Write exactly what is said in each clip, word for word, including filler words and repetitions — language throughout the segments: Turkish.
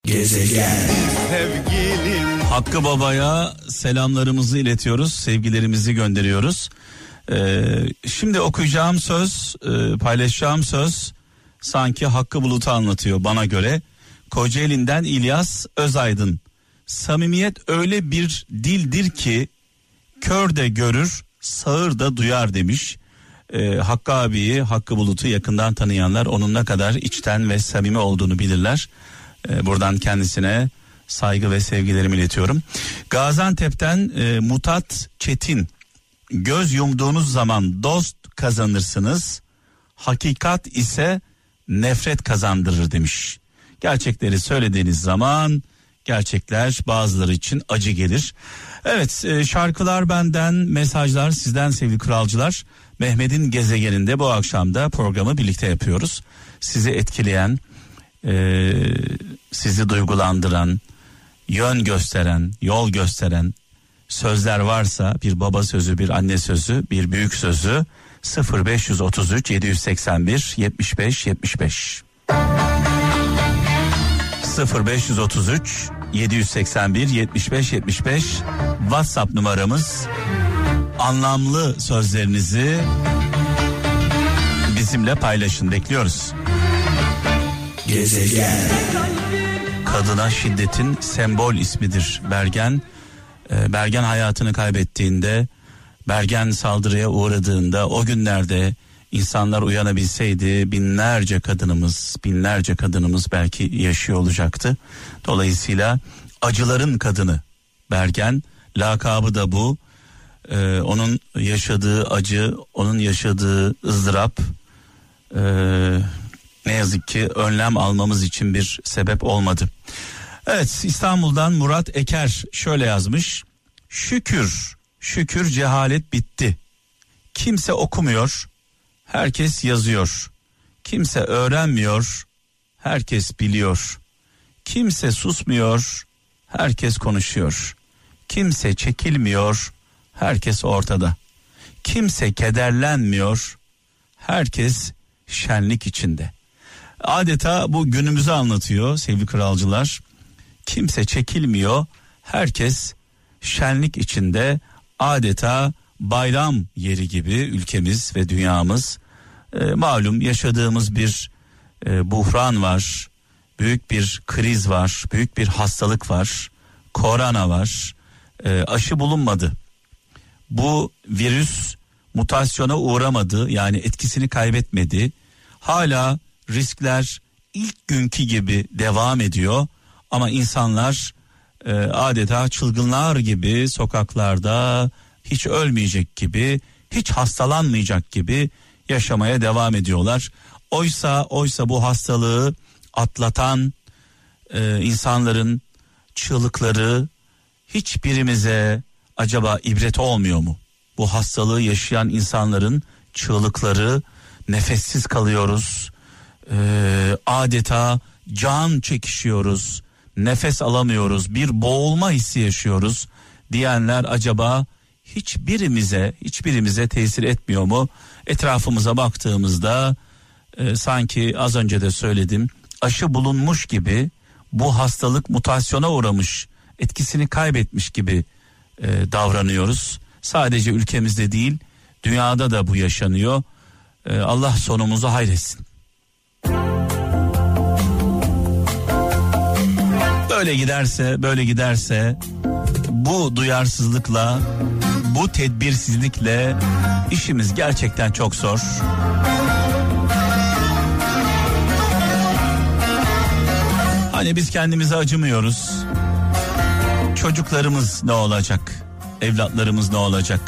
Gezegen. Hakkı Baba'ya selamlarımızı iletiyoruz, sevgilerimizi gönderiyoruz. Ee, şimdi okuyacağım söz, e, paylaşacağım söz sanki Hakkı Bulut'u anlatıyor bana göre. Kocaeli'nden İlyas Özaydın. Samimiyet öyle bir dildir ki kör de görür, sağır da duyar demiş. Ee, Hakkı abiyi, Hakkı Bulut'u yakından tanıyanlar onun ne kadar içten ve samimi olduğunu bilirler. Ee, buradan kendisine saygı ve sevgilerimi iletiyorum. Gaziantep'ten e, Mutat Çetin. Göz yumduğunuz zaman dost kazanırsınız. Hakikat ise nefret kazandırır demiş. Gerçekleri söylediğiniz zaman gerçekler bazıları için acı gelir. Evet, e, şarkılar benden, mesajlar sizden sevgili kralcılar. Mehmet'in gezegeninde bu akşam da programı birlikte yapıyoruz. Sizi etkileyen, e, sizi duygulandıran, yön gösteren, yol gösteren sözler varsa, bir baba sözü, bir anne sözü, bir büyük sözü, sıfır beş üç üç yedi seksen bir yetmiş beş yetmiş beş sıfır beş üç üç yedi seksen bir yetmiş beş yetmiş beş WhatsApp numaramız. Anlamlı sözlerinizi bizimle paylaşın, bekliyoruz. Gezegen. Kadına şiddetin sembol ismidir Bergen. Ee, Bergen hayatını kaybettiğinde, Bergen saldırıya uğradığında, o günlerde insanlar uyanabilseydi binlerce kadınımız, binlerce kadınımız belki yaşıyor olacaktı. Dolayısıyla acıların kadını Bergen, lakabı da bu. Ee, onun yaşadığı acı, onun yaşadığı ızdırap e, ne yazık ki önlem almamız için bir sebep olmadı. Evet, İstanbul'dan Murat Eker şöyle yazmış. Şükür, şükür cehalet bitti. Kimse okumuyor, herkes yazıyor. Kimse öğrenmiyor, herkes biliyor. Kimse susmuyor, herkes konuşuyor. Kimse çekilmiyor, herkes ortada. Kimse kederlenmiyor, herkes şenlik içinde. Adeta bu günümüzü anlatıyor sevgili kralcılar. Kimse çekilmiyor, herkes şenlik içinde, adeta bayram yeri gibi ülkemiz ve dünyamız. E, malum yaşadığımız bir e, buhran var, büyük bir kriz var, büyük bir hastalık var, korona var, e, aşı bulunmadı. Bu virüs mutasyona uğramadı, yani etkisini kaybetmedi. Hala riskler ilk günkü gibi devam ediyor ama insanlar e, adeta çılgınlar gibi sokaklarda, hiç ölmeyecek gibi, hiç hastalanmayacak gibi yaşamaya devam ediyorlar. Oysa oysa bu hastalığı atlatan e, insanların çığlıkları hiçbirimize acaba ibret olmuyor mu? Bu hastalığı yaşayan insanların çığlıkları, nefessiz kalıyoruz, e, adeta can çekişiyoruz, nefes alamıyoruz, bir boğulma hissi yaşıyoruz diyenler acaba hiçbirimize hiçbirimize tesir etmiyor mu? Etrafımıza baktığımızda e, sanki az önce de söyledim, aşı bulunmuş gibi, bu hastalık mutasyona uğramış, etkisini kaybetmiş gibi e, davranıyoruz. Sadece ülkemizde değil, dünyada da bu yaşanıyor. E, Allah sonumuzu hayretsin. Böyle giderse, böyle giderse, bu duyarsızlıkla, bu tedbirsizlikle işimiz gerçekten çok zor. Hani biz kendimize acımıyoruz. Çocuklarımız ne olacak? Evlatlarımız ne olacak?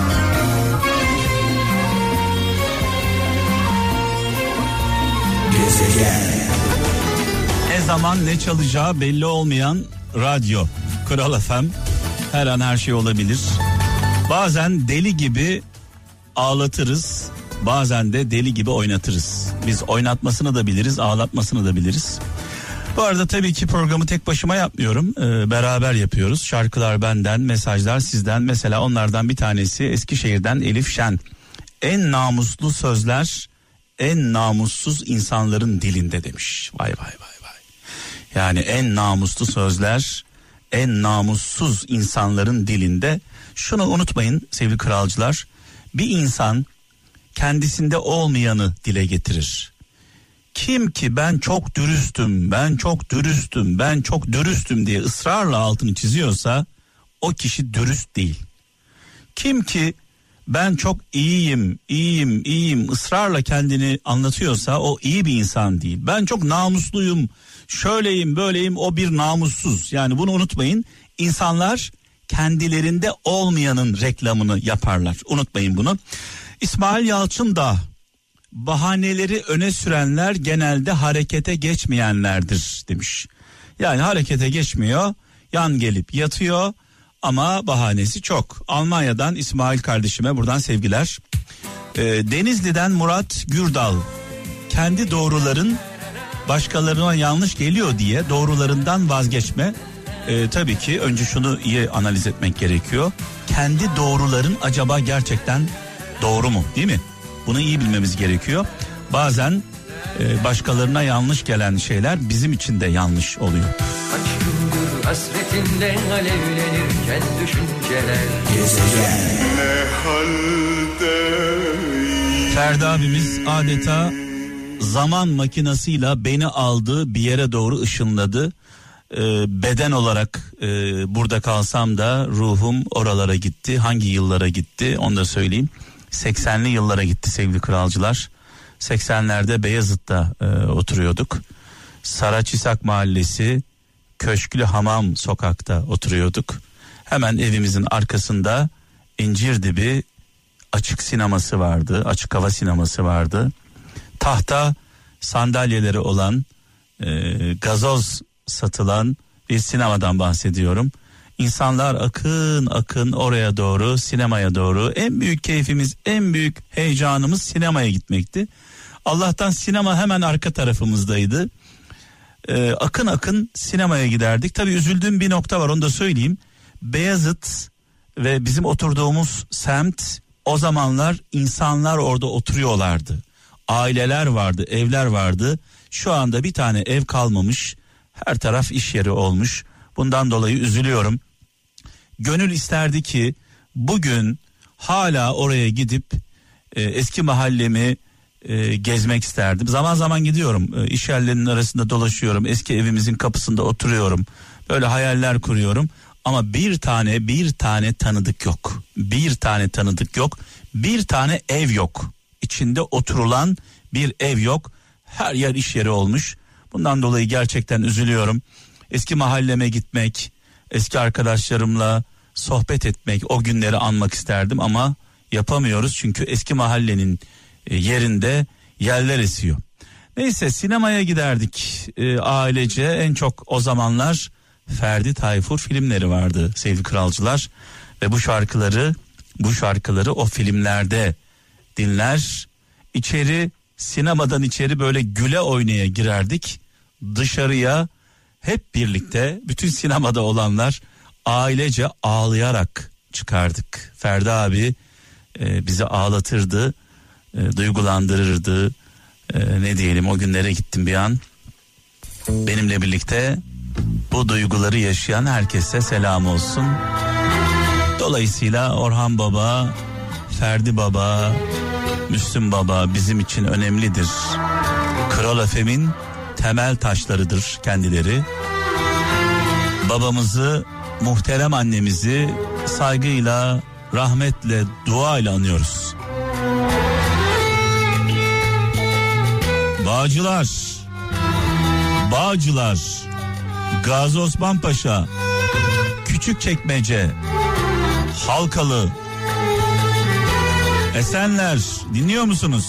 Gezegen. Ne zaman ne çalacağı belli olmayan radyo Kral F M, her an her şey olabilir. Bazen deli gibi ağlatırız, bazen de deli gibi oynatırız. Biz oynatmasını da biliriz, ağlatmasını da biliriz. Bu arada tabii ki programı tek başıma yapmıyorum, ee, beraber yapıyoruz. Şarkılar benden, mesajlar sizden. Mesela onlardan bir tanesi Eskişehir'den Elif Şen. En namuslu sözler en namussuz insanların dilinde demiş. Vay vay vay vay. Yani en namuslu sözler, en namussuz insanların dilinde. Şunu unutmayın sevgili kralcılar, bir insan kendisinde olmayanı dile getirir. Kim ki ben çok dürüstüm, ben çok dürüstüm, ben çok dürüstüm diye ısrarla altını çiziyorsa o kişi dürüst değil. Kim ki ben çok iyiyim, iyiyim, iyiyim ısrarla kendini anlatıyorsa o iyi bir insan değil. Ben çok namusluyum, şöyleyim, böyleyim, o bir namussuz. Yani bunu unutmayın. İnsanlar kendilerinde olmayanın reklamını yaparlar. Unutmayın bunu. İsmail Yalçın da bahaneleri öne sürenler genelde harekete geçmeyenlerdir demiş. Yani harekete geçmiyor, yan gelip yatıyor ama bahanesi çok. Almanya'dan İsmail kardeşime buradan sevgiler. Ee, Denizli'den Murat Gürdal, kendi doğruların başkalarına yanlış geliyor diye doğrularından vazgeçme. Ee, tabii ki önce şunu iyi analiz etmek gerekiyor. Kendi doğruların acaba gerçekten doğru mu, değil mi? Bunu iyi bilmemiz gerekiyor. Bazen e, başkalarına yanlış gelen şeyler bizim için de yanlış oluyor. Kaç gündür hasretinden alevlenirken düşünceler. Gezegen ne halde? Ferdi abimiz adeta zaman makinasıyla beni aldı, bir yere doğru ışınladı. Ee, beden olarak e, burada kalsam da ruhum oralara gitti. Hangi yıllara gitti onu da söyleyeyim. seksenli yıllara gitti sevgili kralcılar. seksenlerde Beyazıt'ta e, oturuyorduk. Saraçisak Mahallesi, Köşklü Hamam sokakta oturuyorduk. Hemen evimizin arkasında İncirdibi açık sineması vardı. Açık hava sineması vardı. Tahta sandalyeleri olan, e, gazoz satılan bir sinemadan bahsediyorum. İnsanlar akın akın oraya doğru, sinemaya doğru. En büyük keyfimiz, en büyük heyecanımız sinemaya gitmekti. Allah'tan sinema hemen arka tarafımızdaydı. Ee, akın akın sinemaya giderdik. Tabii üzüldüğüm bir nokta var, onu da söyleyeyim. Beyazıt ve bizim oturduğumuz semt, o zamanlar insanlar orada oturuyorlardı. Aileler vardı, evler vardı. Şu anda bir tane ev kalmamış. Her taraf iş yeri olmuş. Bundan dolayı üzülüyorum. Gönül isterdi ki bugün hala oraya gidip e, eski mahallemi e, gezmek isterdim. Zaman zaman gidiyorum, e, iş yerlerinin arasında dolaşıyorum. Eski evimizin kapısında oturuyorum. Böyle hayaller kuruyorum. Ama bir tane bir tane tanıdık yok. Bir tane tanıdık yok. Bir tane ev yok. İçinde oturulan bir ev yok. Her yer iş yeri olmuş. Bundan dolayı gerçekten üzülüyorum. Eski mahalleme gitmek, eski arkadaşlarımla sohbet etmek, o günleri anmak isterdim ama yapamıyoruz. Çünkü eski mahallenin yerinde yerler esiyor. Neyse, sinemaya giderdik e, ailece. En çok o zamanlar Ferdi Tayfur filmleri vardı sevgili kralcılar. Ve bu şarkıları, bu şarkıları o filmlerde dinler. İçeri, sinemadan içeri böyle güle oynaya girerdik. Dışarıya hep birlikte, bütün sinemada olanlar ailece ağlayarak çıkardık. Ferdi abi e, bizi ağlatırdı, e, duygulandırırdı. E, ne diyelim, o günlere gittim bir an. Benimle birlikte bu duyguları yaşayan herkese selam olsun. Dolayısıyla Orhan Baba, Ferdi Baba, Müslüm Baba bizim için önemlidir. Kral F M'in temel taşlarıdır kendileri. Babamızı, muhterem annemizi saygıyla, rahmetle, duayla anıyoruz. Bağcılar, Bağcılar, Gazi Osman Paşa, Küçükçekmece, Halkalı, Esenler, dinliyor musunuz?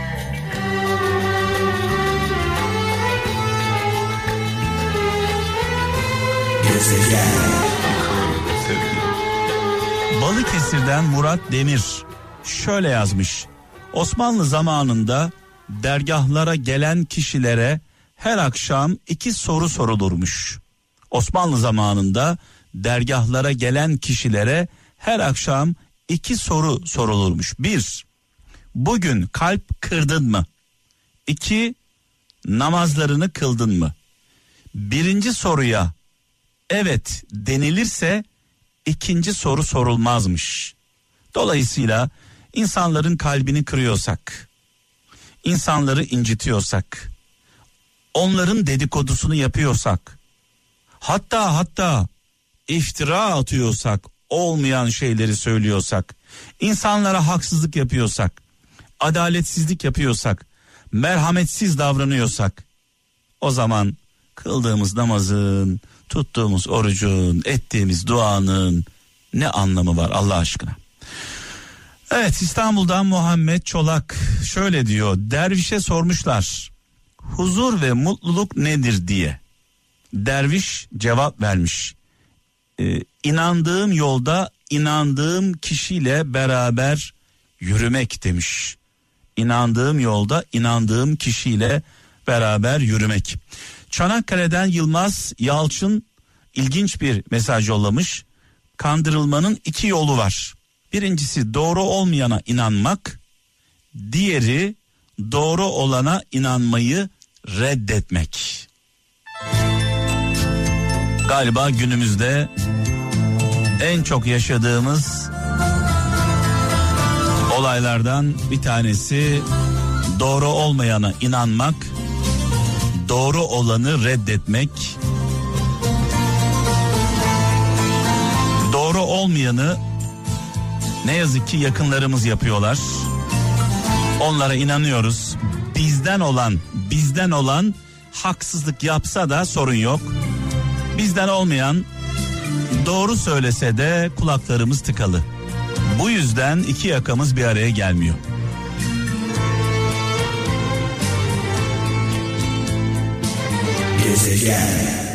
Balıkesir'den Murat Demir şöyle yazmış. Osmanlı zamanında dergahlara gelen kişilere her akşam iki soru sorulurmuş. Osmanlı zamanında dergahlara gelen kişilere her akşam iki soru sorulurmuş. Bir, bugün kalp kırdın mı? İki, namazlarını kıldın mı? birinci soruya evet denilirse ikinci soru sorulmazmış. Dolayısıyla insanların kalbini kırıyorsak, insanları incitiyorsak, onların dedikodusunu yapıyorsak, hatta hatta iftira atıyorsak, olmayan şeyleri söylüyorsak, insanlara haksızlık yapıyorsak, adaletsizlik yapıyorsak, merhametsiz davranıyorsak, o zaman kıldığımız namazın, tuttuğumuz orucun, ettiğimiz duanın ne anlamı var Allah aşkına? Evet, İstanbul'dan Muhammed Çolak şöyle diyor: dervişe sormuşlar huzur ve mutluluk nedir diye. Derviş cevap vermiş: Ee, inandığım yolda inandığım kişiyle beraber yürümek demiş. İnandığım yolda inandığım kişiyle beraber yürümek. Çanakkale'den Yılmaz Yalçın ilginç bir mesaj yollamış. Kandırılmanın iki yolu var. Birincisi doğru olmayana inanmak, diğeri doğru olana inanmayı reddetmek. Galiba günümüzde en çok yaşadığımız olaylardan bir tanesi doğru olmayana inanmak, doğru olanı reddetmek. Doğru olmayanı ne yazık ki yakınlarımız yapıyorlar. Onlara inanıyoruz. Bizden olan, bizden olan haksızlık yapsa da sorun yok. Bizden olmayan doğru söylese de kulaklarımız tıkalı. Bu yüzden iki yakamız bir araya gelmiyor. Gezegen.